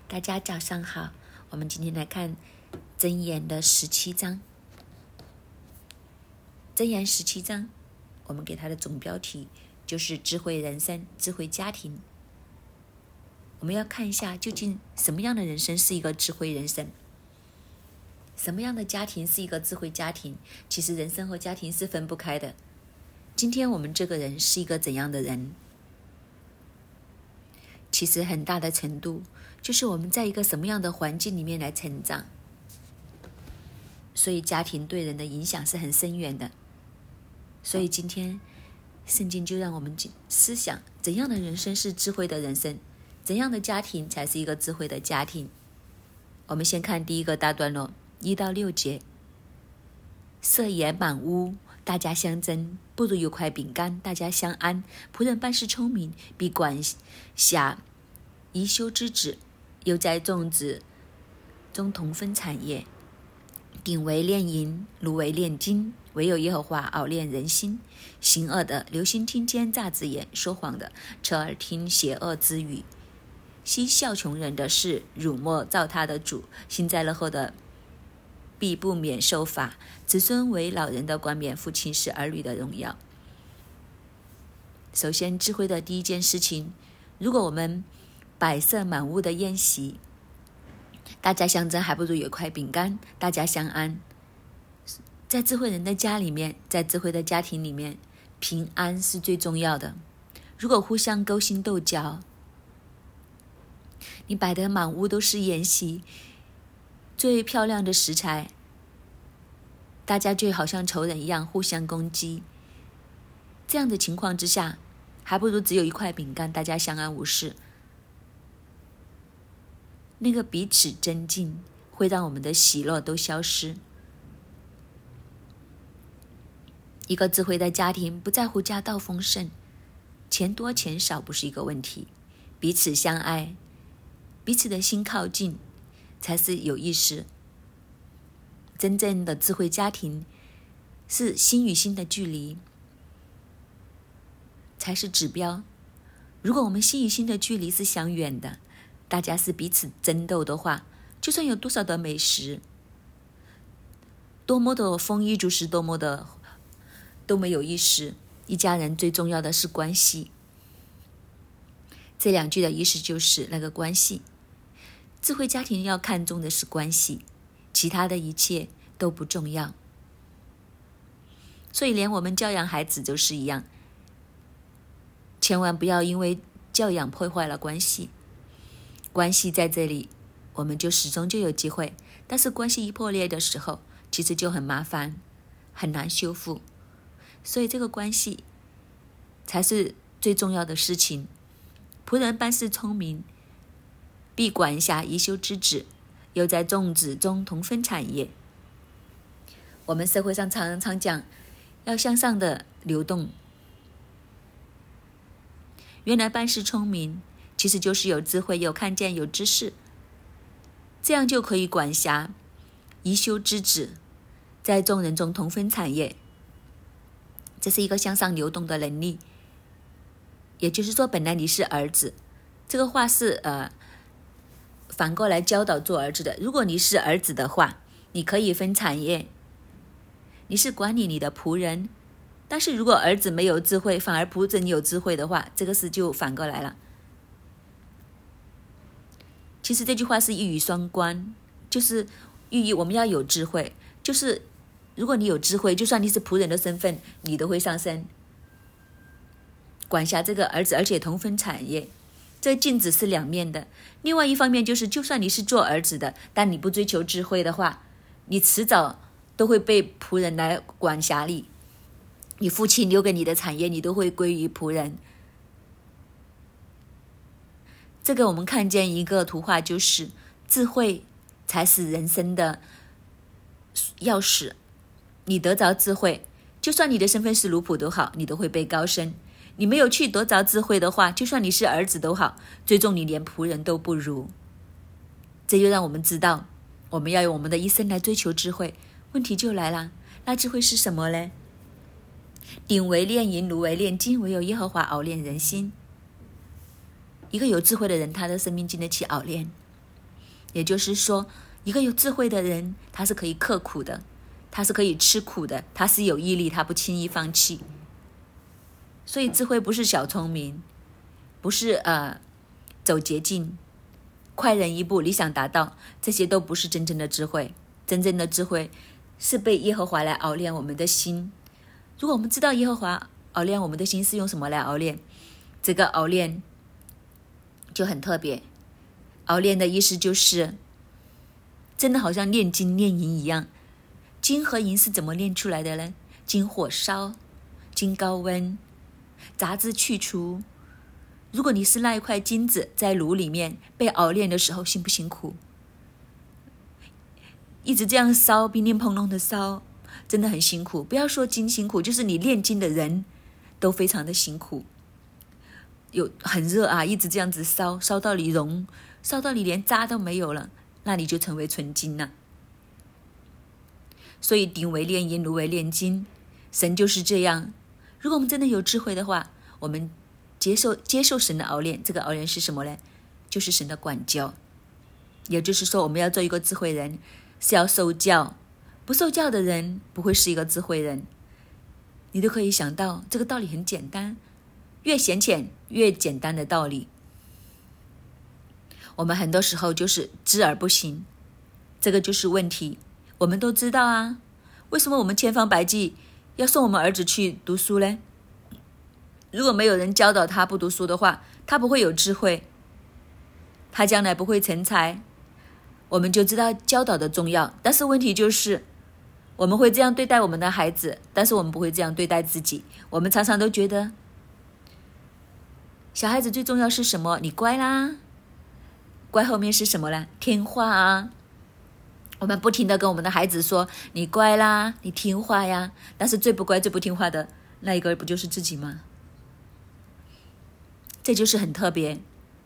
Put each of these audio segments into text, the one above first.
大家早上好，我们今天来看箴言的17章。箴言17章，我们给它的总标题就是智慧人生、智慧家庭。我们要看一下，究竟什么样的人生是一个智慧人生，什么样的家庭是一个智慧家庭。其实人生和家庭是分不开的。今天我们这个人是一个怎样的人，其实很大的程度就是我们在一个什么样的环境里面来成长。所以家庭对人的影响是很深远的。所以今天圣经就让我们思想，怎样的人生是智慧的人生，怎样的家庭才是一个智慧的家庭。我们先看第一个大段落1到6节。设筵满屋，大家相争，不如有块饼干，大家相安。仆人办事聪明，比管辖贻修之子，又在众子中同分产业。鼎为炼银，炉为炼金，唯有耶和华熬炼人心。行恶的留心听奸诈之言，说谎的侧耳听邪恶之语。嬉笑穷人的是辱没造他的主，幸灾乐祸的必不免受罚。子孙为老人的冠冕，父亲是儿女的荣耀。首先，智慧的第一件事情，如果我们摆设满屋的宴席，大家相争，还不如有一块饼干，大家相安。在智慧人的家里面，在智慧的家庭里面，平安是最重要的。如果互相勾心斗角，你摆得满屋都是宴席，最漂亮的食材，大家就好像仇人一样互相攻击。这样的情况之下，还不如只有一块饼干，大家相安无事。那个彼此增进，会让我们的喜乐都消失。一个智慧的家庭不在乎家道丰盛，钱多钱少不是一个问题，彼此相爱，彼此的心靠近，才是有意思。真正的智慧家庭是心与心的距离才是指标。如果我们心与心的距离是相远的，大家是彼此争斗的话，就算有多少的美食，多么的丰衣足食，多么的都没有意思。一家人最重要的是关系。这两句的意思就是那个关系。智慧家庭要看重的是关系，其他的一切都不重要。所以连我们教养孩子都是一样，千万不要因为教养破坏了关系。关系在这里，我们就始终就有机会，但是关系一破裂的时候，其实就很麻烦，很难修复。所以这个关系才是最重要的事情。仆人办事聪明，必管辖贻修之子，又在众子中同分产业。我们社会上常常讲要向上的流动，原来办事聪明其实就是有智慧、有看见、有知识，这样就可以管辖贻修之子，在众人中同分产业。这是一个向上流动的能力。也就是说，本来你是儿子，这个话是反过来教导做儿子的。如果你是儿子的话，你可以分产业，你是管理你的仆人。但是如果儿子没有智慧，反而仆人有智慧的话，这个事就反过来了。其实这句话是一语双关，就是寓意我们要有智慧，就是如果你有智慧，就算你是仆人的身份，你都会上升，管辖这个儿子，而且同分产业。这个镜子是两面的。另外一方面就是，就算你是做儿子的，但你不追求智慧的话，你迟早都会被仆人来管辖你。你父亲留给你的产业，你都会归于仆人。这个我们看见一个图画，就是智慧才是人生的钥匙。你得着智慧，就算你的身份是奴仆都好，你都会被高升。你没有去得着智慧的话，就算你是儿子都好，最终你连仆人都不如。这就让我们知道，我们要用我们的一生来追求智慧。问题就来了，那智慧是什么呢？鼎为炼银，炉为炼金，唯有耶和华熬炼人心。一个有智慧的人，他的生命经得起熬炼。 也就是说，一个有智慧的人，他是可以刻苦的，他是可以吃苦的，他是有毅力，他不轻易放弃。所以智慧不是小聪明，不是走捷径，快人一步，理想达到，这些都不是真正的智慧。真正的智慧是被耶和华来熬炼我们的心。如果我们知道耶和华熬炼我们的心是用什么来熬炼，这个熬炼就很特别。熬炼的意思就是真的好像炼金炼银一样。金和银是怎么炼出来的呢？经火烧，经高温，杂质去除。如果你是那一块金子在炉里面被熬炼的时候，辛不辛苦？一直这样烧，乒乒乓乓的烧，真的很辛苦。不要说金辛苦，就是你炼金的人都非常的辛苦。有很热啊，一直这样子烧，烧到你熔，烧到你连渣都没有了，那你就成为纯金了。所以鼎为炼银，炉为炼金，神就是这样。如果我们真的有智慧的话，我们接受神的熬炼。这个熬炼是什么呢？就是神的管教。也就是说，我们要做一个智慧人，是要受教。不受教的人不会是一个智慧人。你都可以想到，这个道理很简单，越显浅越简单的道理。我们很多时候就是知而不行，这个就是问题。我们都知道啊，为什么我们千方百计要送我们儿子去读书呢？如果没有人教导他不读书的话，他不会有智慧，他将来不会成才。我们就知道教导的重要，但是问题就是我们会这样对待我们的孩子，但是我们不会这样对待自己。我们常常都觉得小孩子最重要是什么？你乖啦，乖后面是什么啦？听话啊。我们不停地跟我们的孩子说你乖啦，你听话呀，但是最不乖最不听话的那一个不就是自己吗？这就是很特别。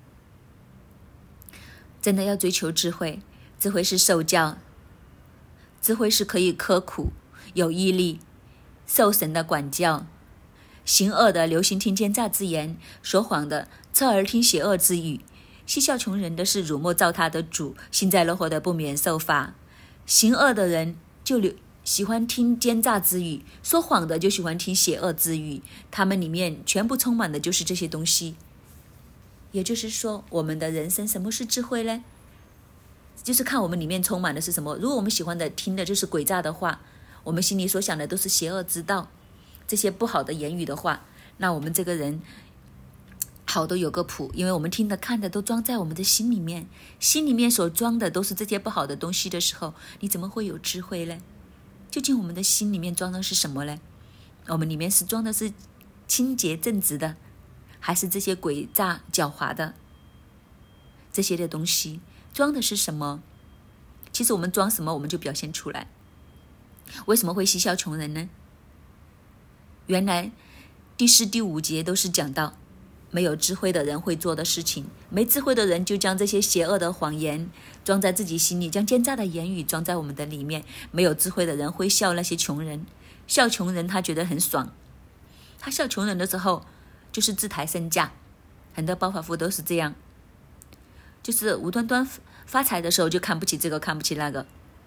真的要追求智慧，智慧是受教，智慧是可以刻苦有毅力，受神的管教。行恶的留心听奸诈之言，说谎的侧耳听邪恶之语，嬉笑穷人的是辱没造他的主，幸灾乐祸的不免受罚。行恶的人就喜欢听奸诈之语，说谎的就喜欢听邪恶之语，他们里面全部充满的就是这些东西。也就是说，我们的人生什么是智慧呢？就是看我们里面充满的是什么。如果我们喜欢的听的就是诡诈的话，我们心里所想的都是邪恶之道，这些不好的言语的话，那我们这个人好都有个谱，因为我们听的看的都装在我们的心里面，心里面所装的都是这些不好的东西的时候，你怎么会有智慧呢？究竟我们的心里面装的是什么呢？我们里面是装的是清洁正直的，还是这些诡诈狡猾的这些的东西？装的是什么？其实我们装什么，我们就表现出来。为什么会嬉笑穷人呢？原来第4、第5节都是讲到没有智慧的人会做的事情，没智慧的人就将这些邪恶的谎言装在自己心里，将奸诈的言语装在我们的里面。没有智慧的人会笑那些穷人，笑穷人他觉得很爽。他笑穷人的时候就是自抬身价，很多暴发户都是这样，就是无端端发财的时候就看不起这个看不起那个，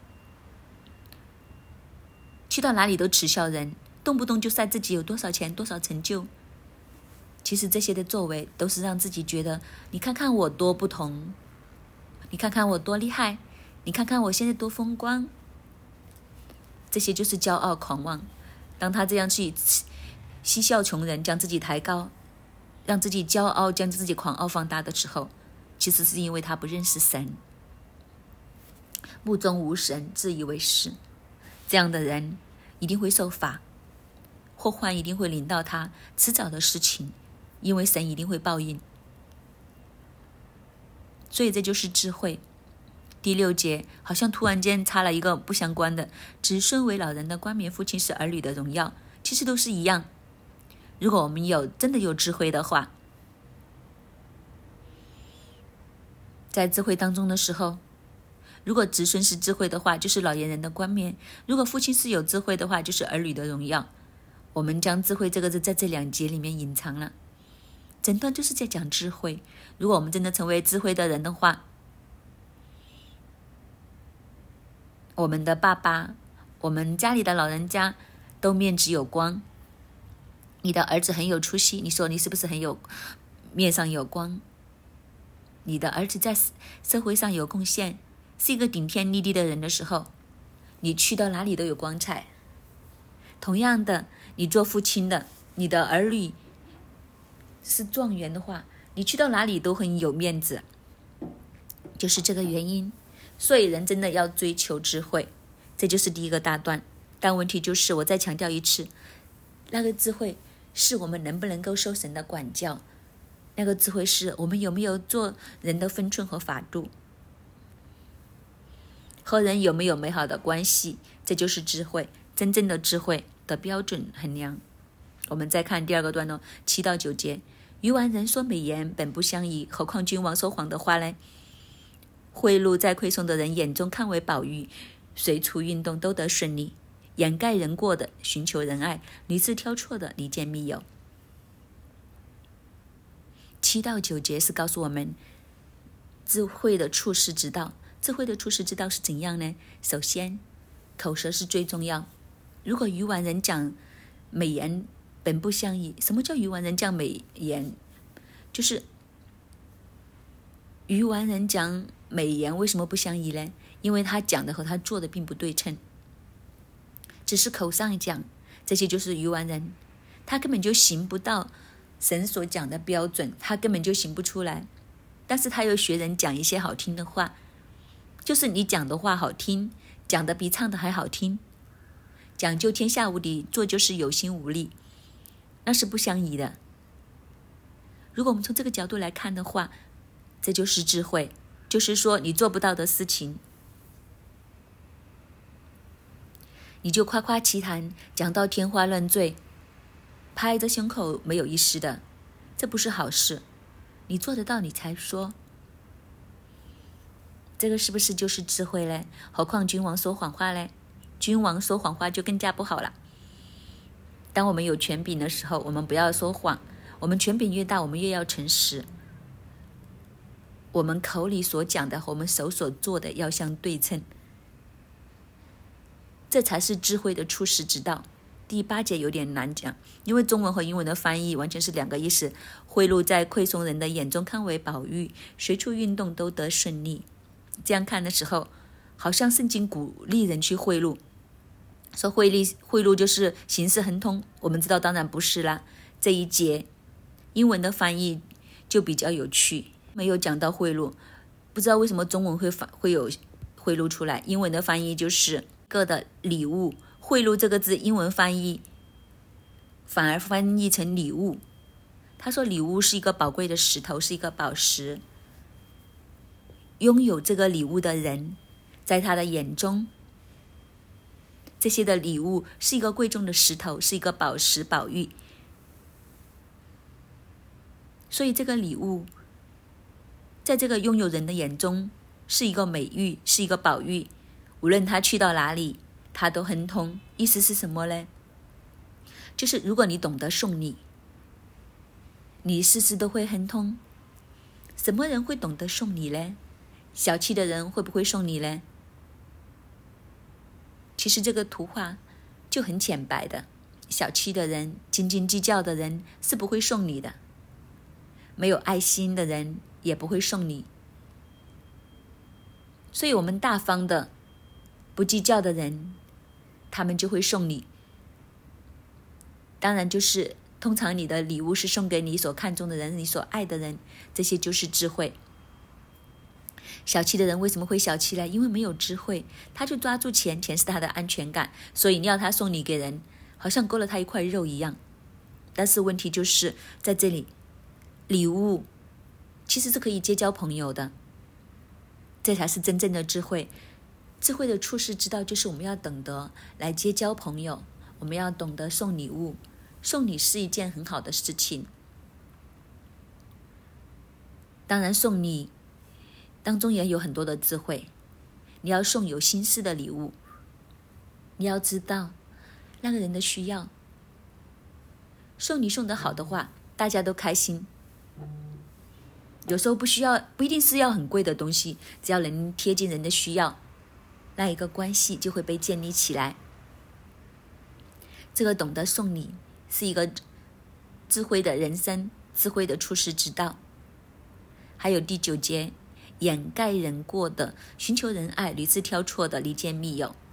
去到哪里都耻笑人，动不动就晒自己有多少钱多少成就。其实这些的作为都是让自己觉得，你看看我多不同，你看看我多厉害，你看看我现在多风光。这些就是骄傲狂妄。当他这样去嬉笑穷人，将自己抬高，让自己骄傲，将自己狂傲放大的时候，其实是因为他不认识神，目中无神，自以为是。这样的人一定会受罚，祸患一定会临到他，迟早的事情，因为神一定会报应。所以这就是智慧。第6节好像突然间插了一个不相关的，子孙为老人的冠冕，父亲是儿女的荣耀，其实都是一样。如果我们真的有智慧的话，在智慧当中的时候，如果子孙是智慧的话，就是老年人的冠冕；如果父亲是有智慧的话，就是儿女的荣耀。我们将智慧这个字在这2节里面隐藏了，整段就是在讲智慧。如果我们真的成为智慧的人的话， 我们的爸爸，我们家里的老人家都面直有光。你的儿子很有出息，你说你是不是很有面上有光？你的儿子在社会上有贡献，是一个顶天立地的人的时候，你去到哪里都有光彩。同样的，你做父亲的，你的儿女是状元的话，你去到哪里都很有面子。就是这个原因，所以人真的要追求智慧，这就是第一个大段。但问题就是，我再强调一次，那个智慧是我们能不能够受神的管教，那个智慧是我们有没有做人的分寸和法度，和人有没有美好的关系，这就是智慧，真正的智慧的标准衡量。我们再看第二个段落7到9节，愚顽人说美言本不相宜，何况君王说谎的话呢？贿赂在馈送的人眼中看为宝玉，随处运动都得顺利，掩盖人过的寻求仁爱，屡次挑错的离间密友。7到9节是告诉我们智慧的处世之道。智慧的处世之道是怎样呢？首先，口舌是最重要。如果愚顽人讲美言本不相宜，什么叫愚顽人讲美言？就是愚顽人讲美言为什么不相宜呢？因为他讲的和他做的并不对称，只是口上讲，这些就是愚顽人，他根本就行不到神所讲的标准，他根本就行不出来。但是他又学人讲一些好听的话，就是你讲的话好听，讲的比唱的还好听，讲究天下无敌，做就是有心无力，那是不相宜的。如果我们从这个角度来看的话，这就是智慧，就是说你做不到的事情，你就夸夸其谈，讲到天花乱坠，拍着胸口没有一丝的，这不是好事。你做得到你才说，这个是不是就是智慧呢？何况君王说谎话呢？君王说谎话就更加不好了。当我们有权柄的时候，我们不要说谎，我们权柄越大，我们越要诚实。我们口里所讲的和我们手所做的要相对称，这才是智慧的处世之道。第8节有点难讲，因为中文和英文的翻译完全是两个意思。贿赂在馈送人的眼中看为宝玉，随处运动都得顺利。这样看的时候，好像圣经鼓励人去贿赂，说贿赂就是行事亨通。我们知道当然不是啦。这一节英文的翻译就比较有趣，没有讲到贿赂，不知道为什么中文会有贿赂出来。英文的翻译就是个的礼物，贿赂这个字英文翻译反而翻译成礼物。他说礼物是一个宝贵的石头，是一个宝石，拥有这个礼物的人在他的眼中，这些的礼物是一个贵重的石头，是一个宝石宝玉。所以这个礼物在这个拥有人的眼中是一个美玉，是一个宝玉，无论他去到哪里他都亨通。意思是什么呢？就是如果你懂得送礼，你事事都会亨通。什么人会懂得送礼呢？小气的人会不会送礼呢？其实这个图画就很浅白的，小气的人，斤斤计较的人是不会送礼的，没有爱心的人也不会送礼。所以我们大方的不计较的人，他们就会送礼。当然就是通常你的礼物是送给你所看重的人，你所爱的人，这些就是智慧。小气的人为什么会小气呢？因为没有智慧，他就抓住钱，钱是他的安全感，所以你要他送礼给人，好像勾了他一块肉一样。但是问题就是在这里，礼物其实是可以结交朋友的，这才是真正的智慧。智慧的处世之道就是我们要懂得来结交朋友，我们要懂得送礼物，送礼是一件很好的事情。当然送礼当中也有很多的智慧，你要送有心思的礼物，你要知道那个人的需要，送礼送得好的话大家都开心。有时候不一定是要很贵的东西，只要能贴近人的需要， 那一个关系就会被建立起来。这个懂得送礼是一个智慧的人生，智慧的处世之道。还有第9节，掩盖人过的，寻求仁爱，屡次挑错的，离间密友。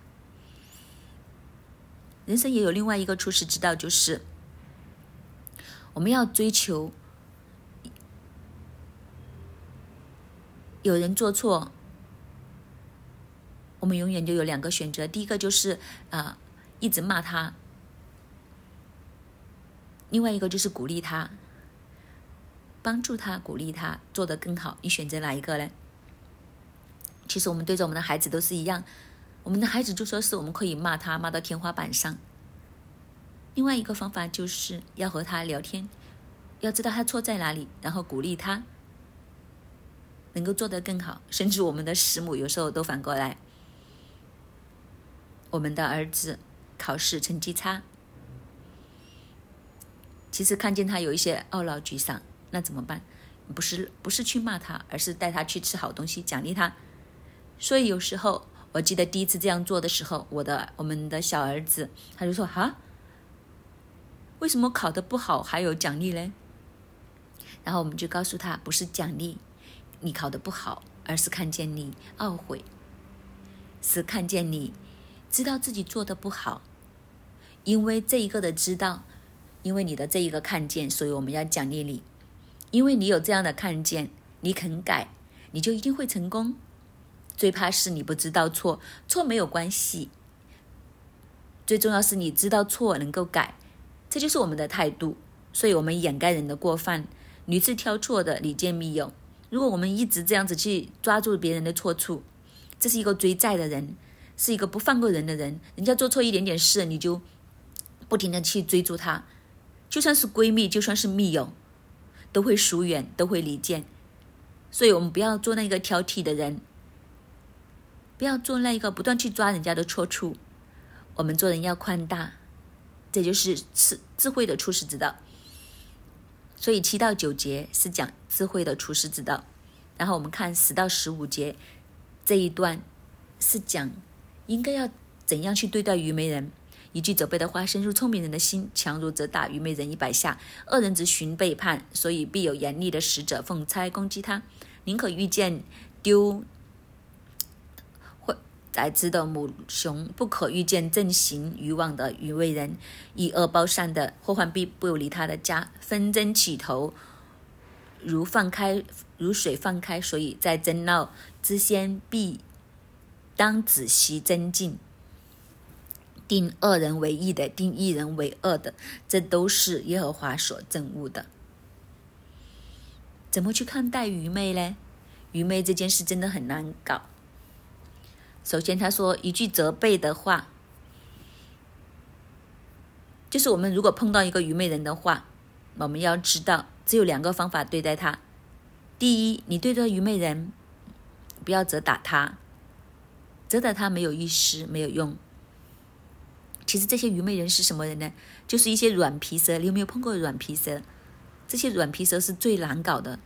人生也有另外一个处世之道，就是我们要追求有人做错，我们永远就有2个选择。第一个就是一直骂他，另外一个就是鼓励他，帮助他，鼓励他做得更好。你选择哪一个呢？其实我们对着我们的孩子都是一样，我们的孩子做错事，我们可以骂他，骂到天花板上。另外一个方法就是要和他聊天，要知道他错在哪里，然后鼓励他能够做得更好。甚至我们的师母有时候都反过来，我们的儿子考试成绩差，其实看见他有一些懊恼沮丧，那怎么办？不是去骂他，而是带他去吃好东西，奖励他。所以有时候我记得第一次这样做的时候，我们的小儿子他就说为什么考得不好还有奖励呢？然后我们就告诉他，不是奖励你考得不好，而是看见你懊悔，是看见你知道自己做得不好。因为这一个的知道，因为你的这一个看见，所以我们要奖励你。因为你有这样的看见，你肯改，你就一定会成功。最怕是你不知道错，错没有关系，最重要是你知道错能够改，这就是我们的态度。所以我们掩盖人的过犯，屡次挑错的，离间密友。如果我们一直这样子去抓住别人的错处，这是一个追债的人，是一个不放过人的人。人家做错一点点事，你就不停的去追逐他，就算是闺蜜，就算是密友，都会疏远，都会离间。所以我们不要做那个挑剔的人，不要做那个不断去抓人家的错处。我们做人要宽大，这就是智慧的处世之道。所以7到9节是讲智慧的处世之道，然后我们看10到15节这一段是讲应该要怎样去对待愚昧人。一句责备的话深入聪明人的心，强如责打愚昧人100下。恶人只寻背叛，所以必有严厉的使者奉差攻击他。宁可遇见丢宰之的母熊，不可遇见正行愚妄的愚昧人。以恶报善的，祸患必不离他的家。纷争起头如水放开，所以在争闹之先必当仔细增进。定恶人为义的，定义人为恶的，这都是耶和华所憎恶的。怎么去看待愚昧呢？愚昧这件事真的很难搞。首先他说一句责备的话，就是我们如果碰到一个愚昧人的话，我们要知道只有2个方法对待他。第一，你对待愚昧人不要责打他，责打他没有意思，没有用。其实这些愚昧人是什么人呢？就是一些软皮蛇。你有没有碰过软皮蛇？这些软皮蛇是最难搞的。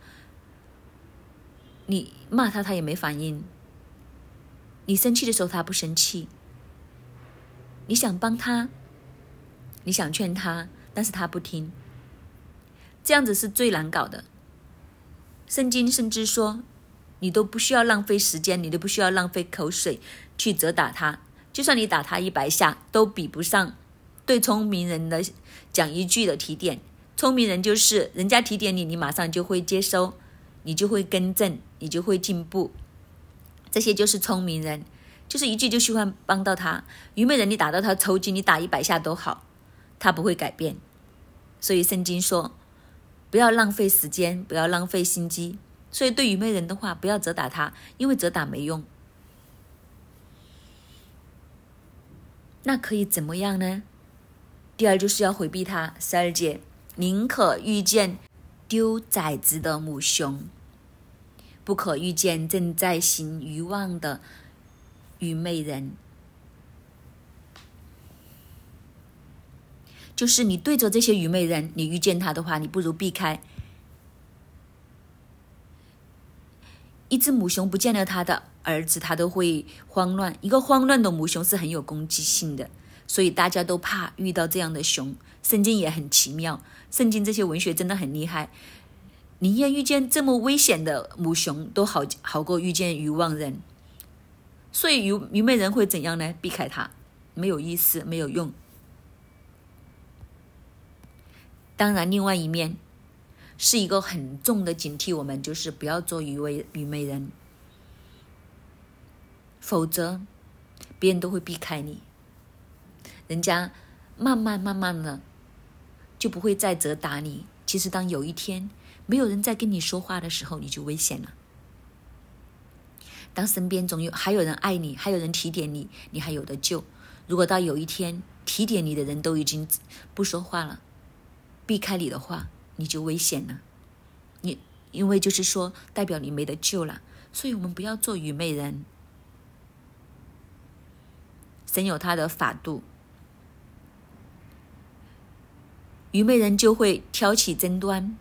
你骂他，他也没反应；你生气的时候，他不生气；你想帮他，你想劝他，但是他不听。这样子是最难搞的。圣经甚至说，你都不需要浪费时间，你都不需要浪费口水去责打他。就算你打他100下，都比不上对聪明人的讲一句的提点。聪明人就是人家提点你，你马上就会接收，你就会更正，你就会进步。这些就是聪明人，就是一句就希望帮到他。愚昧人你打到他抽筋，你打100下都好，他不会改变。所以圣经说，不要浪费时间，不要浪费心机。所以对愚昧人的话，不要责打他，因为责打没用。那可以怎么样呢？第二就是要回避他。12节，宁可遇见丢崽子的母熊，不可遇见正在行愚妄的愚昧人。就是你对着这些愚昧人，你遇见他的话，你不如避开。 一只母熊不见了它的儿子，它都会慌乱。一个慌乱的母熊是很有攻击性的，所以大家都怕遇到这样的熊。圣经也很奇妙，圣经这些文学真的很厉害，宁愿遇见这么危险的母熊，都好过遇见愚妄人。所以愚昧人会怎样呢？避开它，没有意思，没有用。当然，另外一面是一个很重的警惕，我们就是不要做愚昧人，否则别人都会避开你，人家慢慢的就不会再责打你。其实当有一天没有人在跟你说话的时候，你就危险了。当身边还有人爱你，还有人提点你，你还有得救。如果到有一天提点你的人都已经不说话了，避开你的话，你就危险了。因为就是说代表你没得救了。所以我们不要做愚昧人。神有他的法度，愚昧人就会挑起争端，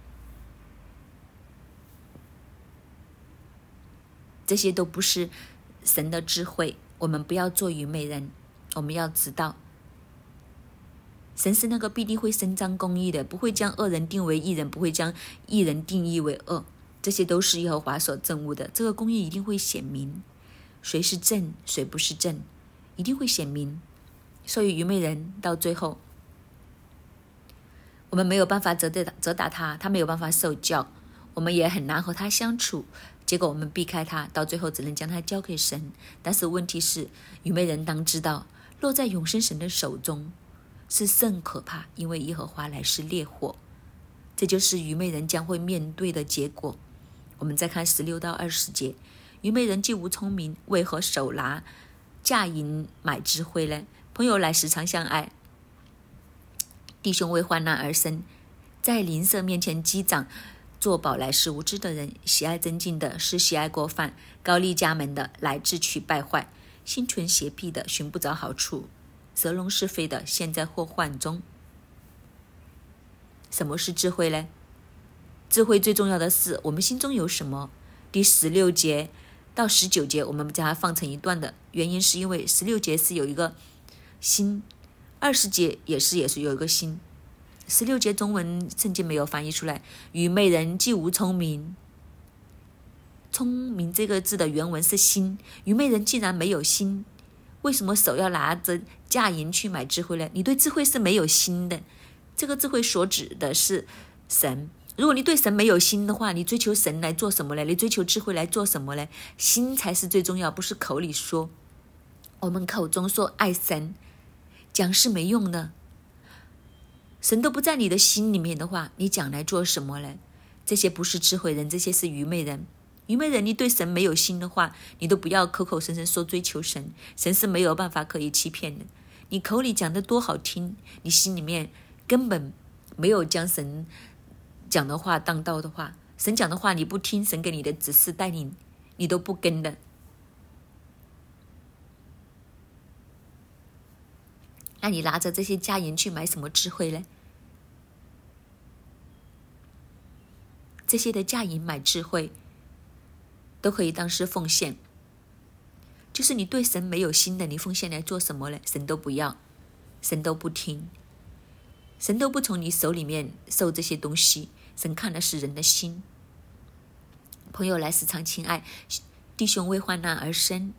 这些都不是神的智慧。我们不要做愚昧人，我们要知道神是那个必定会伸张公义的，不会将恶人定为义人，不会将义人定义为恶，这些都是耶和华所憎恶的。这个公义一定会显明，谁是正谁不是正，一定会显明。所以愚昧人到最后我们没有办法责打他，他没有办法受教，我们也很难和他相处，结果我们避开他，到最后只能将他交给神。但是问题是，愚昧人当知道，落在永生神的手中是甚可怕，因为耶和华来是烈火。这就是愚昧人将会面对的结果。我们再看16到20节，愚昧人既无聪明，为何手拿价银买智慧呢？朋友来时常相爱，弟兄为患难而生，在邻舍面前击掌作保来是无知的人。喜爱增进的是喜爱过犯，高丽家门的来智取败坏，心存邪僻的寻不着好处，舌弄是非的陷在祸患中。什么是智慧呢？智慧最重要的是我们心中有什么。第16节到19节我们将它放成一段的原因，是因为16节是有一个心，20节也是有一个心。16节中文圣经没有翻译出来，愚昧人既无聪明，聪明这个字的原文是心，愚昧人既然没有心，为什么手要拿着价银去买智慧呢？你对智慧是没有心的，这个智慧所指的是神。如果你对神没有心的话，你追求神来做什么呢？你追求智慧来做什么呢？心才是最重要，不是口里说。我们口中说爱神，讲是没用的。神都不在你的心里面的话，你讲来做什么呢？这些不是智慧人，这些是愚昧人。愚昧人，你对神没有心的话，你都不要口口声声说追求神，神是没有办法可以欺骗的。你口里讲的多好听，你心里面根本没有将神讲的话当道的话，神讲的话你不听，神给你的指示带领你都不跟的，那你拿着这些价银去买什么智慧呢？这些的价银买智慧都可以当是奉献，就是你对神没有心的，你奉献来做什么呢？神都不要，神都不听，神都不从你手里面收这些东西。神看的是人的心。朋友来时常亲爱，弟兄为患难而生。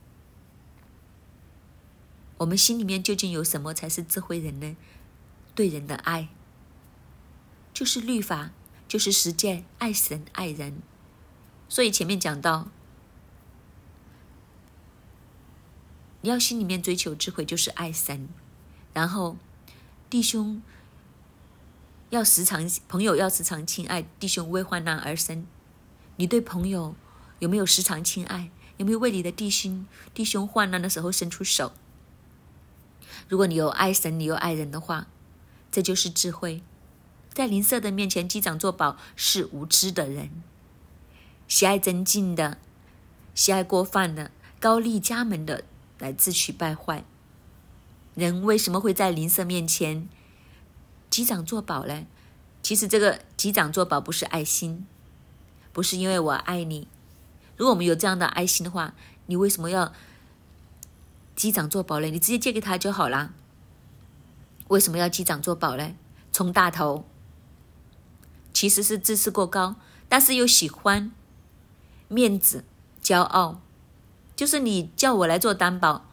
我们心里面究竟有什么才是智慧人呢？对人的爱，就是律法，就是实践，爱神爱人。所以前面讲到，你要心里面追求智慧，就是爱神。然后弟兄朋友要时常亲爱，弟兄为患难而生。你对朋友有没有时常亲爱？有没有为你的弟兄患难的时候伸出手？如果你有爱神，你有爱人的话，这就是智慧。在邻舍的面前击掌作保是无知的人。喜爱增进的，喜爱过犯的，高丽家门的来自取败坏。人为什么会在邻舍面前击掌作保呢？其实这个击掌作保不是爱心，不是因为我爱你， 如果我们有这样的爱心的话，你为什么要击掌作保呢？你直接借给他就好啦。为什么要击掌作保呢？冲大头，其实是自视过高，但是又喜欢面子、骄傲。就是你叫我来做担保，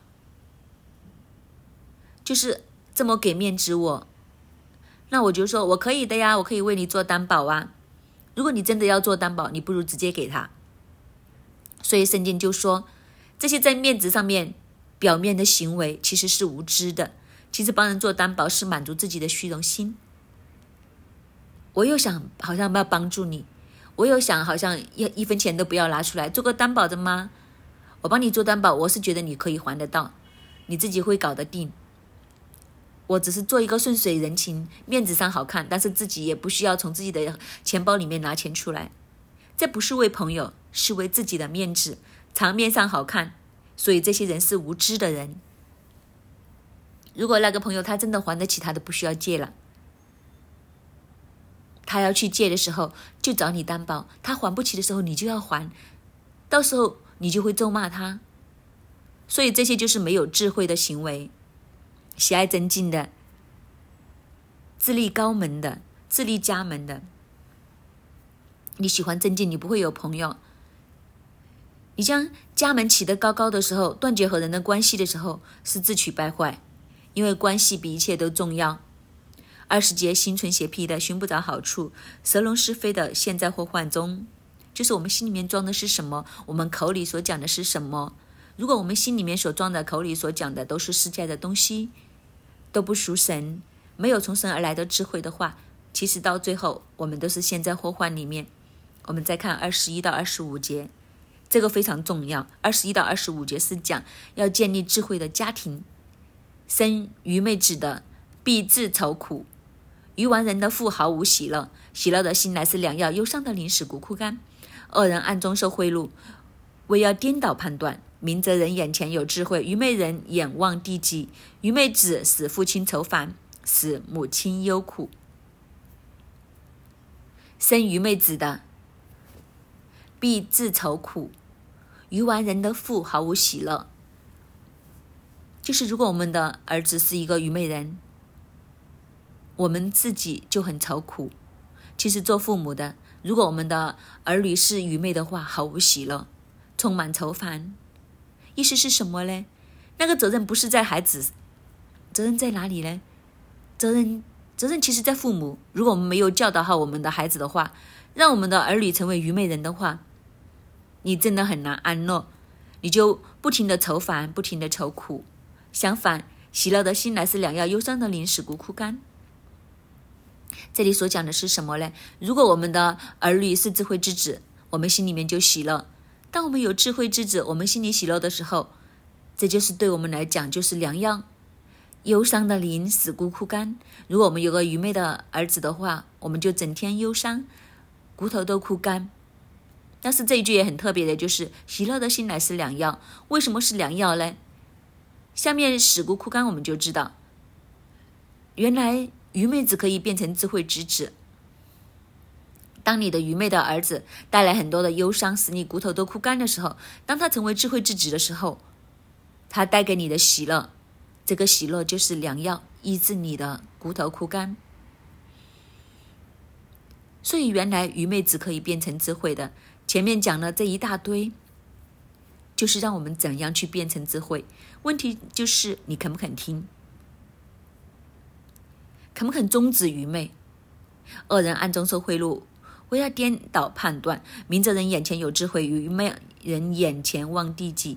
就是这么给面子我，那我就说我可以的呀，我可以为你做担保啊。如果你真的要做担保，你不如直接给他。所以圣经就说，这些在面子上面表面的行为其实是无知的，其实帮人做担保是满足自己的虚荣心。我又想好像要帮助你，我又想好像一分钱都不要拿出来，做个担保的吗？我帮你做担保，我是觉得你可以还得到，你自己会搞得定。我只是做一个顺水人情，面子上好看，但是自己也不需要从自己的钱包里面拿钱出来。这不是为朋友，是为自己的面子，场面上好看。所以这些人是无知的人。如果那个朋友他真的还得起，他都不需要借了。他要去借的时候就找你担保，他还不起的时候你就要还，到时候你就会咒骂他。所以这些就是没有智慧的行为，喜爱增进的，自立高门的，自立家门的。你喜欢增进，你不会有朋友。你将家门起得高高的时候，断绝和人的关系的时候，是自取败坏，因为关系比一切都重要。20节，心存邪僻的寻不着好处，舌论是非的陷在祸患中。就是我们心里面装的是什么，我们口里所讲的是什么。如果我们心里面所装的，口里所讲的都是世界的东西，都不属神，没有从神而来的智慧的话，其实到最后我们都是陷在祸患里面。我们再看21到25节，这个非常重要。21到25节是讲要建立智慧的家庭。生愚昧子的必自愁苦，愚顽人的腹毫无喜乐，喜乐的心乃是良药，忧伤的灵使骨枯干。恶人暗中受贿赂，为要颠倒判断。明哲人眼前有智慧，愚昧人眼望地极。愚昧子使父亲愁烦，使母亲忧苦。生愚昧子的必自愁苦，愚顽人的腹毫无喜乐。就是如果我们的儿子是一个愚昧人，我们自己就很愁苦。其实做父母的，如果我们的儿女是愚昧的话，毫无喜乐，充满愁烦。意思是什么呢？那个责任不是在孩子，责任在哪里呢？责任其实在父母。如果我们没有教导好我们的孩子的话，让我们的儿女成为愚昧人的话，你真的很难安乐，你就不停的愁烦，不停的愁苦。相反，喜乐的心乃是良药，忧伤的灵使骨枯干。这里所讲的是什么呢？如果我们的儿女是智慧之子，我们心里面就喜乐。当我们有智慧之子，我们心里喜乐的时候，这就是对我们来讲就是良药。忧伤的灵使骨枯干。如果我们有个愚昧的儿子的话，我们就整天忧伤，骨头都枯干。但是这一句也很特别的，就是喜乐的心乃是良药。为什么是良药呢？下面使骨枯干，我们就知道，原来愚昧子可以变成智慧之子。当你的愚昧的儿子带来很多的忧伤，使你骨头都枯干的时候，当他成为智慧之子的时候，他带给你的喜乐，这个喜乐就是良药，医治你的骨头枯干。所以原来愚昧子可以变成智慧的。前面讲了这一大堆，就是让我们怎样去变成智慧。问题就是你肯不肯听，肯不肯终止愚昧。恶人暗中受贿赂，为要颠倒判断。明哲人眼前有智慧，愚昧人眼前望地极。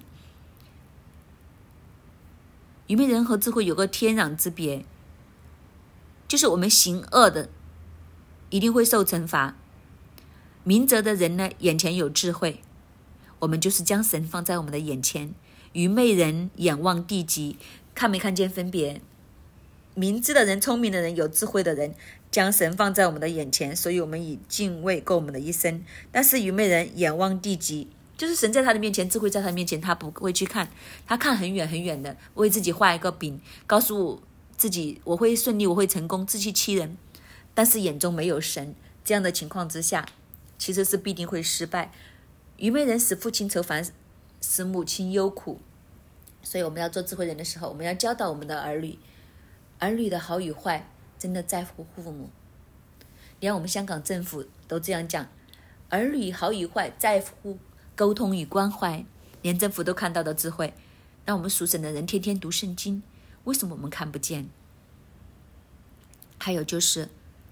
愚昧人和智慧有个天壤之别，就是我们行恶的一定会受惩罚。明哲的人呢，眼前有智慧，我们就是将神放在我们的眼前。愚昧人眼望地极，看没看见分别？明智的人、聪明的人、有智慧的人将神放在我们的眼前，所以我们以敬畏够我们的一生。但是愚昧人眼望地极，就是神在他的面前，智慧在他的面前，他不会去看，他看很远很远的，为自己画一个饼，告诉自己我会顺利，我会成功，自欺欺人。但是眼中没有神，这样的情况之下，其实是必定会失败。 愚昧人使父亲愁烦，使母亲忧苦。所以我们要做智慧人的时候，我们要教导我们的儿女，儿女的好与坏真的在乎父母。连我们香港政府都这样讲，儿女好与坏在乎沟通与关怀，连政府都看到的智慧。让我们属神的人天天读圣经，为什么我们看不见？还有就是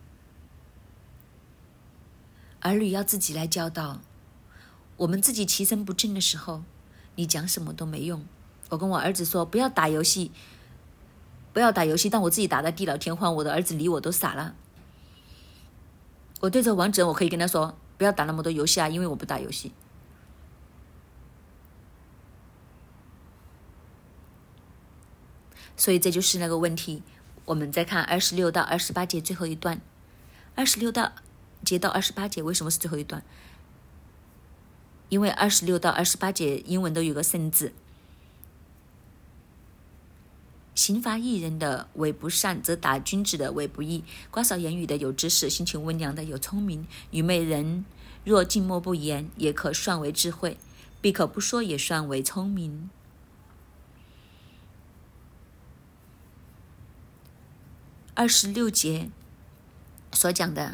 儿女要自己来教导，我们自己其身不正的时候，你讲什么都没用。我跟我儿子说，不要打游戏，当我自己打到地老天荒，我的儿子理我都傻了。我对着王者，我可以跟他说，不要打那么多游戏啊，因为我不打游戏。所以这就是那个问题。我们再看26到28节最后一段，26节到28节为什么是最后一段？因为26到28节英文都有个生字。刑罚义人的为不善，则打君子的为不义。瓜少言语的有知识，性情温良的有聪明。愚昧人若静默不言，也可算为智慧；闭口不说，也算为聪明。26节所讲的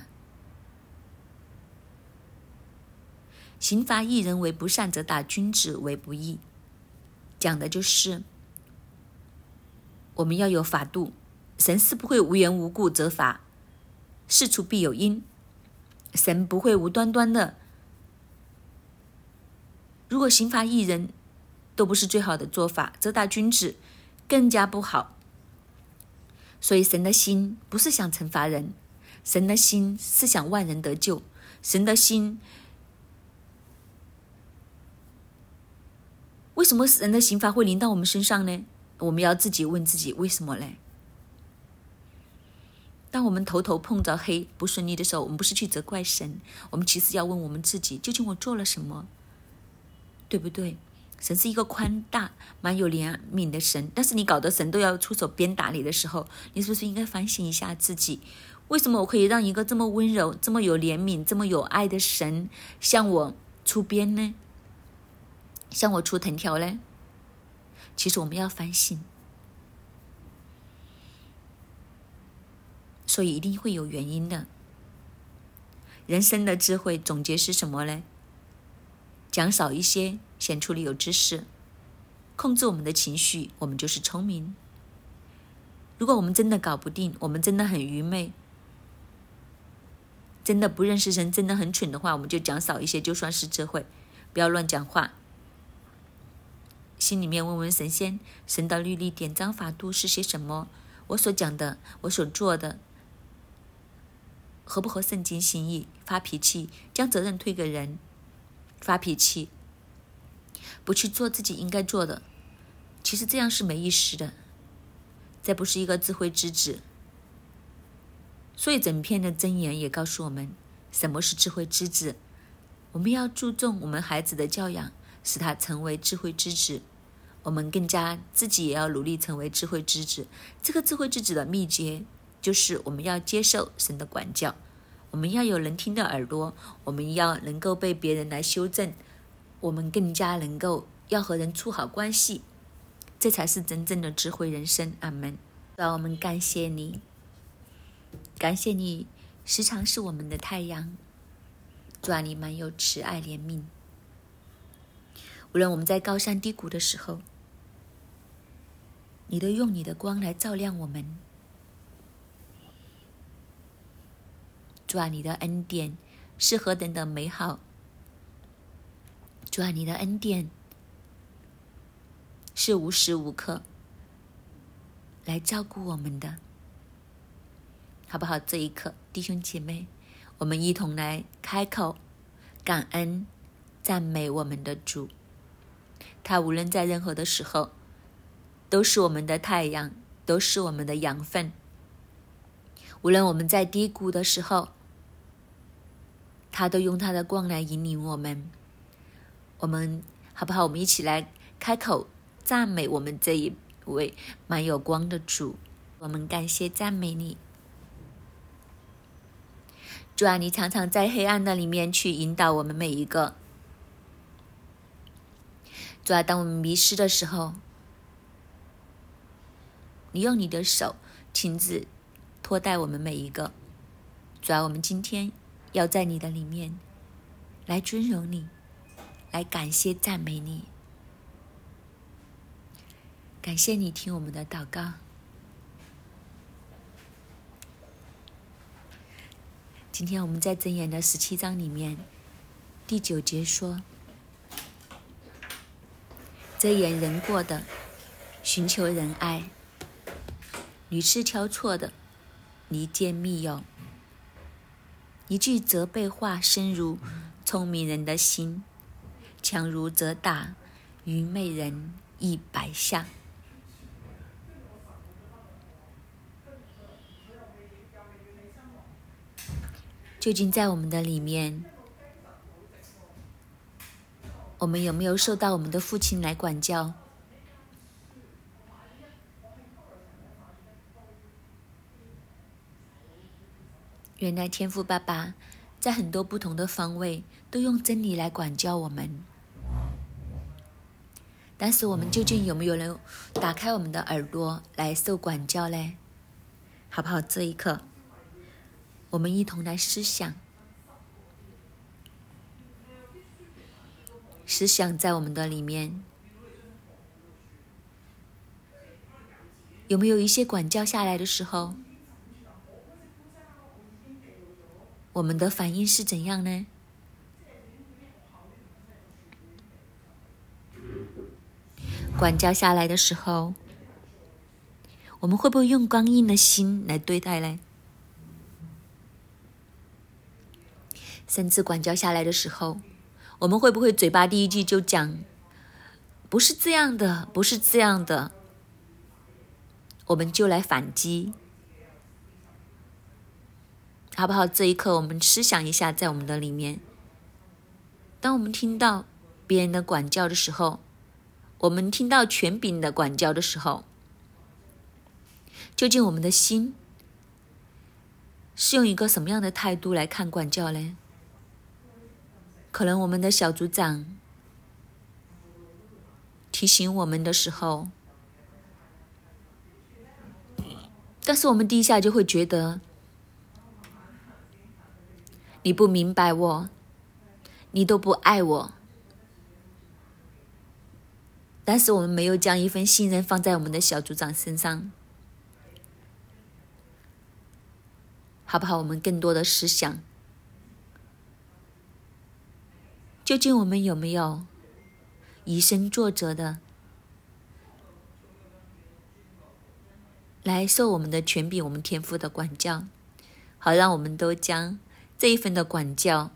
刑罚义人为不善，则打君子为不义，讲的就是我们要有法度，神是不会无缘无故责罚，事出必有因，神不会无端端的。如果刑罚义人都不是最好的做法，责打君子更加不好。所以神的心不是想惩罚人，神的心是想万人得救。神的心，为什么神的刑罚会临到我们身上呢？我们要自己问自己，为什么呢？当我们头碰着黑不顺利的时候，我们不是去责怪神，我们其实要问我们自己，究竟我做了什么，对不对？神是一个宽大蛮有怜悯的神，但是你搞得神都要出手鞭打你的时候，你是不是应该反省一下自己，为什么我可以让一个这么温柔这么有怜悯这么有爱的神向我出鞭呢？向我出藤条呢？其实我们要反省，所以一定会有原因的。人生的智慧总结是什么呢？讲少一些，显出了有知识，控制我们的情绪，我们就是聪明。如果我们真的搞不定，我们真的很愚昧，真的不认识神，真的很蠢的话，我们就讲少一些，就算是智慧。不要乱讲话，心里面问问神仙，神的律例典章法度是些什么？我所讲的，我所做的合不合圣经心意？发脾气，将责任推给人，发脾气，不去做自己应该做的，其实这样是没意识的，这不是一个智慧之子。所以整篇的箴言也告诉我们，什么是智慧之子。我们要注重我们孩子的教养，使他成为智慧之子。我们更加自己也要努力成为智慧之子。这个智慧之子的秘诀，就是我们要接受神的管教，我们要有能听的耳朵，我们要能够被别人来修正，我们更加能够要和人处好关系，这才是真正的智慧人生。阿们。让我们感谢你，感谢你时常是我们的太阳。主啊，你满有慈爱怜悯，无论我们在高山低谷的时候，你都用你的光来照亮我们。主啊，你的恩典是何等的美好，主啊，你的恩典是无时无刻来照顾我们的，好不好？这一刻，弟兄姐妹，我们一同来开口感恩赞美我们的主。他无论在任何的时候都是我们的太阳，都是我们的养分。无论我们在低谷的时候，他都用他的光来引领我们。我们好不好？我们一起来开口赞美我们这一位满有光的主。我们感谢赞美你，主啊，你常常在黑暗的里面去引导我们每一个。 主啊，当我们迷失的时候，你用你的手亲自托带我们每一个。主啊，我们今天要在你的里面来尊荣你，来感谢赞美你。感谢你听我们的祷告。今天我们在箴言的17章里面第9节说，遮掩人过的，寻求仁爱，屡次挑错的，离间密友。一句责备话深如聪明人的心，强如责打愚昧人100下。究竟在我们的里面，我们有没有受到我们的父亲来管教？原来天父爸爸在很多不同的方位都用真理来管教我们，但是我们究竟有没有人打开我们的耳朵来受管教呢？好不好？这一刻我们一同来思想在我们的里面，有没有一些管教下来的时候，我们的反应是怎样呢？管教下来的时候，我们会不会用刚硬的心来对待呢？甚至管教下来的时候，我们会不会嘴巴第一句就讲不是这样的，不是这样的，我们就来反击，好不好？这一刻我们思想一下，在我们的里面，当我们听到别人的管教的时候，我们听到权柄的管教的时候，究竟我们的心是用一个什么样的态度来看管教呢？可能我们的小组长提醒我们的时候，但是我们第一下就会觉得你不明白我，你都不爱我，但是我们没有将一份信任放在我们的小组长身上，好不好？我们更多的思想，究竟我们有没有以身作则的来受我们的权柄，我们天父的管教，好让我们都将这一份的管教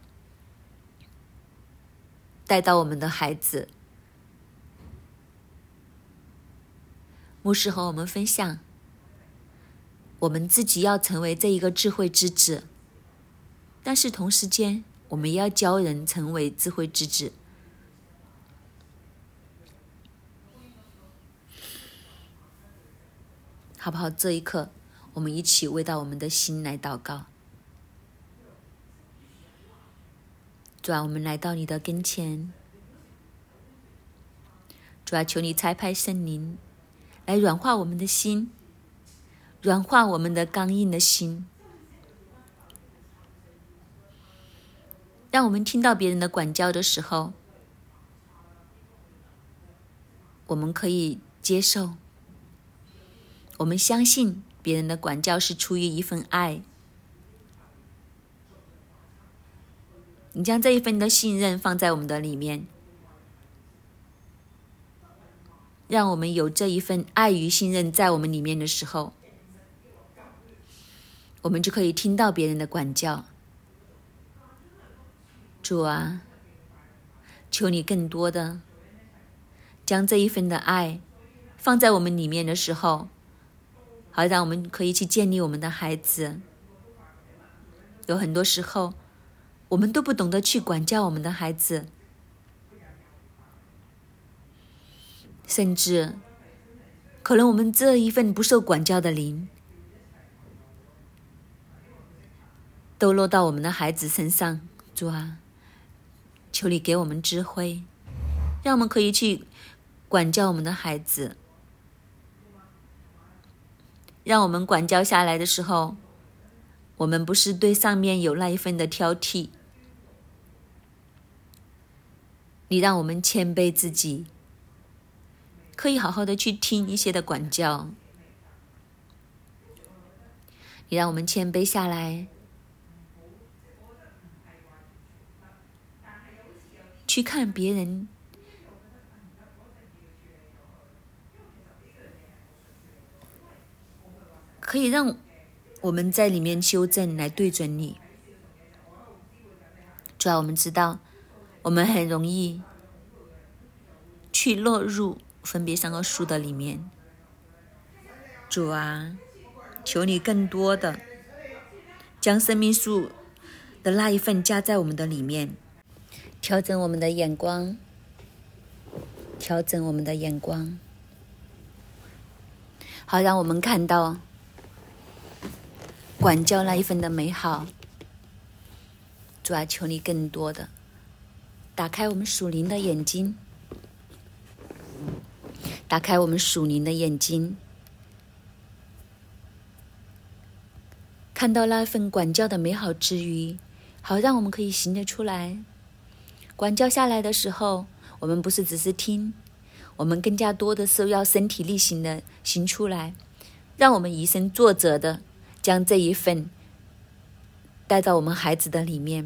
带到我们的孩子。牧师和我们分享，我们自己要成为这一个智慧之子，但是同时间我们也要教人成为智慧之子。好不好？这一刻我们一起为到我们的心来祷告。主啊，我们来到你的跟前，主啊，求你差派圣灵来软化我们的心，软化我们的刚硬的心，让我们听到别人的管教的时候，我们可以接受，我们相信别人的管教是出于一份爱。你将这一份的信任放在我们的里面，让我们有这一份爱与信任在我们里面的时候，我们就可以听到别人的管教。主啊，求你更多的将这一份的爱放在我们里面的时候，好让我们可以去建立我们的孩子。有很多时候我们都不懂得去管教我们的孩子，甚至可能我们这一份不受管教的灵都落到我们的孩子身上。主啊，求你给我们智慧， 让我们可以去管教我们的孩子，让我们管教下来的时候，我们不是对上面有那一份的挑剔，你让我们谦卑自己，可以好好的去听一些的管教，你让我们谦卑下来，去看别人，可以让我们在里面修正，来对准你。主要我们知道我们很容易去落入分别善恶树的里面，主啊，求你更多的将生命树的那一份加在我们的里面，调整我们的眼光，调整我们的眼光，好让我们看到管教那一份的美好。主啊，求你更多的打开我们属灵的眼睛，打开我们属灵的眼睛，看到那份管教的美好之余，好让我们可以行得出来。管教下来的时候，我们不是只是听，我们更加多的是要身体力行的行出来，让我们以身作则的将这一份带到我们孩子的里面。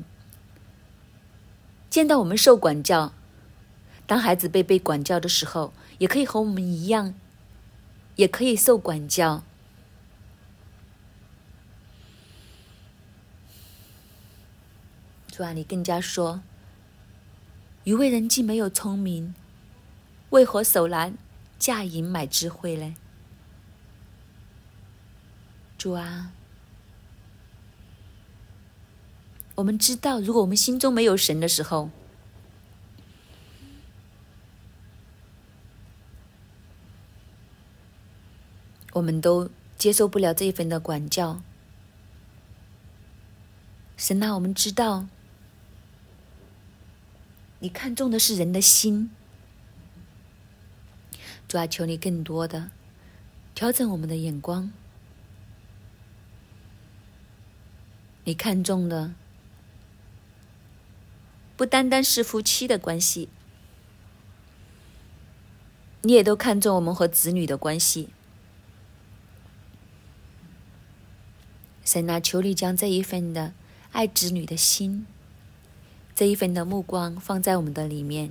见到我们受管教，当孩子被管教的时候，也可以和我们一样，也可以受管教。主啊，你更加说，愚昧人既没有聪明，为何手拿价银买智慧呢？主啊，我们知道，如果我们心中没有神的时候，我们都接受不了这一份的管教。神啊，我们知道你看重的是人的心。主啊，求你更多的调整我们的眼光，你看重的不单单是夫妻的关系，你也都看重我们和子女的关系。神啊，求你将这一份的爱子女的心，这一份的目光放在我们的里面。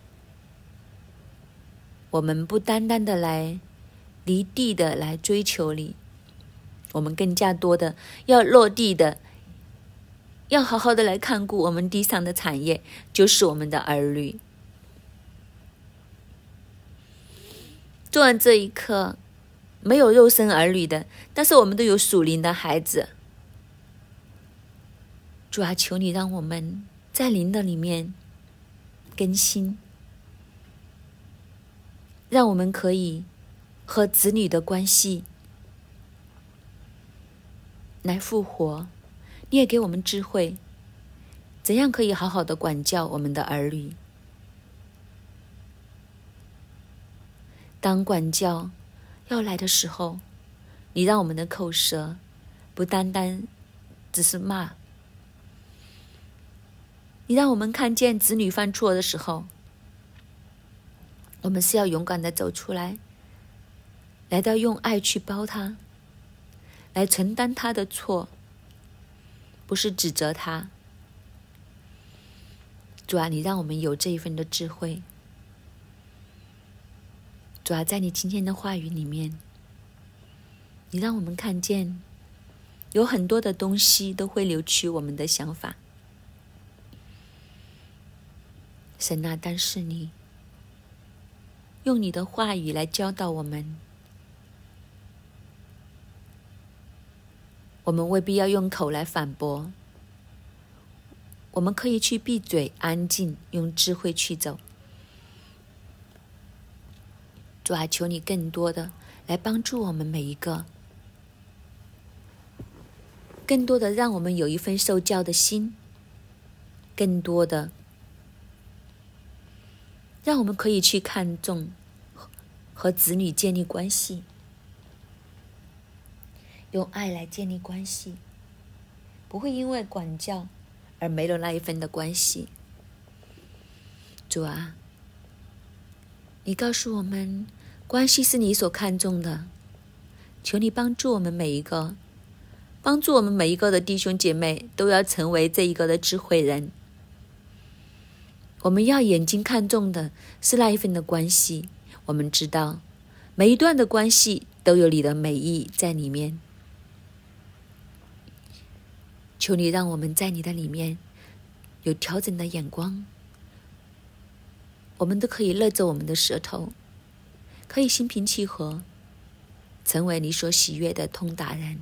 我们不单单的来离地的来追求你，我们更加多的要落地的，要好好的来看顾我们地上的产业，就是我们的儿女。做完这一刻，没有肉身儿女的，但是我们都有属灵的孩子。主啊，求你让我们在灵的里面更新，让我们可以和子女的关系来复活。你也给我们智慧，怎样可以好好的管教我们的儿女。当管教要来的时候，你让我们的口舌不单单只是骂，你让我们看见子女犯错的时候，我们是要勇敢的走出来，来到用爱去包他，来承担他的错，不是指责他。主啊，你让我们有这一份的智慧。主啊，在你今天的话语里面，你让我们看见有很多的东西都会扭曲我们的想法。神啊，但是你用你的话语来教导我们，我们未必要用口来反驳，我们可以去闭嘴安静，用智慧去走。主啊，求你更多的来帮助我们每一个，更多的让我们有一份受教的心，更多的让我们可以去看重和子女建立关系，用爱来建立关系，不会因为管教而没了那一份的关系。主啊，你告诉我们，关系是你所看重的，求你帮助我们每一个，帮助我们每一个的弟兄姐妹都要成为这一个的智慧人。我们要眼睛看重的是那一份的关系，我们知道每一段的关系都有你的美意在里面。求你让我们在你的里面有调整的眼光，我们都可以勒着我们的舌头，可以心平气和，成为你所喜悦的通达人。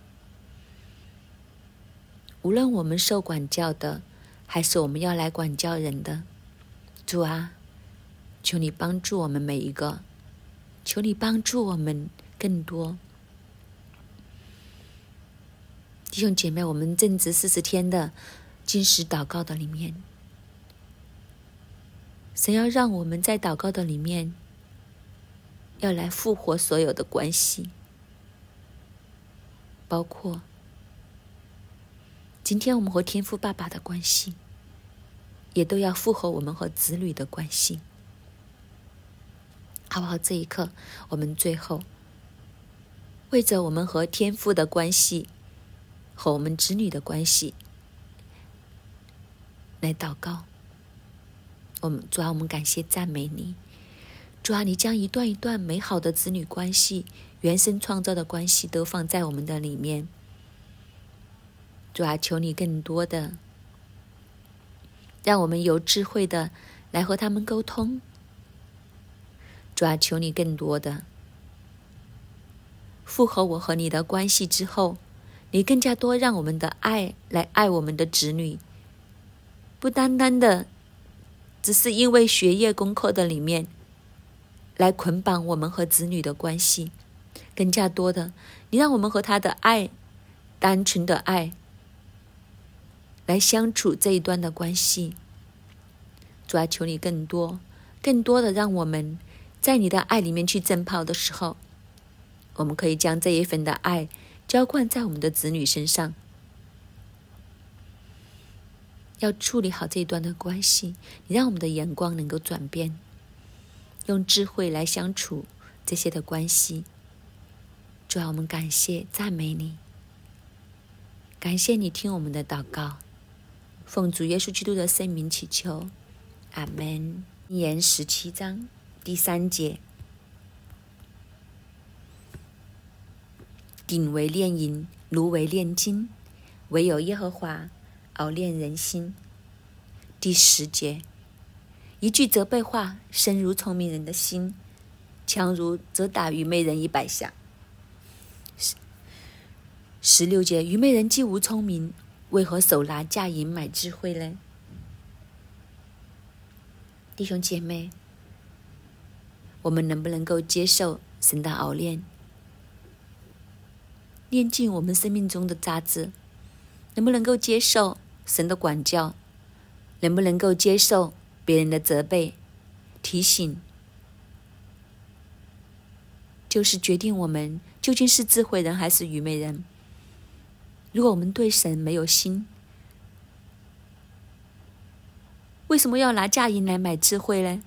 无论我们受管教的，还是我们要来管教人的，主啊，求你帮助我们每一个，求你帮助我们更多。弟兄姐妹，我们正值40天的禁食祷告的里面，神要让我们在祷告的里面要来复活所有的关系，包括今天我们和天父爸爸的关系，也都要复活我们和子女的关系，好不好？这一刻我们最后为着我们和天父的关系和我们子女的关系来祷告。主啊，我们感谢赞美你。主啊，你将一段一段美好的子女关系、原生创造的关系都放在我们的里面。主啊，求你更多的让我们有智慧的来和他们沟通。主啊，求你更多的复合我和你的关系之后，你更加多让我们的爱来爱我们的子女，不单单的只是因为学业功课的里面来捆绑我们和子女的关系，更加多的你让我们和他的爱，单纯的爱来相处这一段的关系。主啊，求你更多的让我们在你的爱里面去浸泡的时候，我们可以将这一份的爱浇灌在我们的子女身上。要处理好这一段的关系，你让我们的眼光能够转变，用智慧来相处这些的关系。主啊，我们感谢赞美你，感谢你听我们的祷告，奉主耶稣基督的圣名祈求，阿们。箴言17章第3节，鼎为炼银，炉为炼金，唯有耶和华熬炼人心。第10节，一句责备话深如聪明人的心，强如责打愚昧人100下。16节，愚昧人既无聪明，为何手拿价银买智慧呢？弟兄姐妹，我们能不能够接受神的熬炼，炼尽我们生命中的渣滓？能不能够接受神的管教？能不能够接受别人的责备、提醒？就是决定我们究竟是智慧人还是愚昧人。如果我们对神没有心，为什么要拿价银来买智慧呢？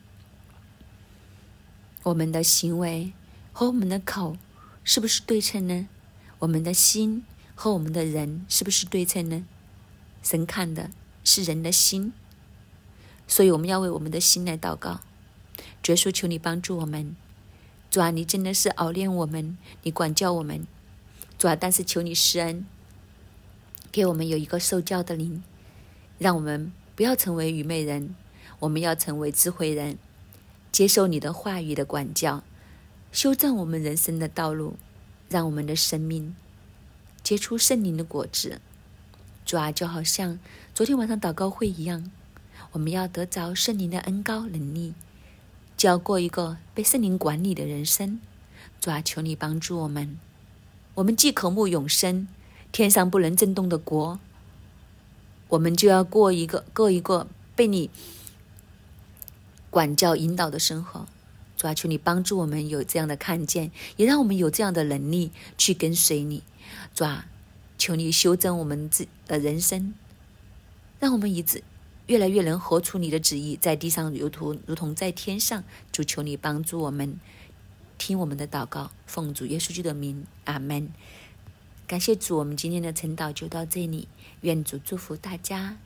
我们的行为和我们的口是不是对称呢？我们的心和我们的人是不是对称呢？神看的是人的心，所以我们要为我们的心来祷告。主耶稣，求你帮助我们。主啊，你真的是熬炼我们，你管教我们。主啊，但是求你施恩，给我们有一个受教的灵，让我们不要成为愚昧人，我们要成为智慧人，接受你的话语的管教，修正我们人生的道路，让我们的生命结出圣灵的果子。主啊，就好像昨天晚上祷告会一样，我们要得着圣灵的恩膏能力，就要过一个被圣灵管理的人生。主啊，求你帮助我们，我们既渴慕永生，天上不能震动的国，我们就要过一个被你管教引导的生活。主啊，求你帮助我们有这样的看见，也让我们有这样的能力去跟随你。主啊，求你修正我们的人生，让我们越来越能活出你的旨意，在地上如同在天上。主，求你帮助我们，听我们的祷告，奉主耶稣基督的名，阿们。感谢主，我们今天的晨祷就到这里，愿主祝福大家。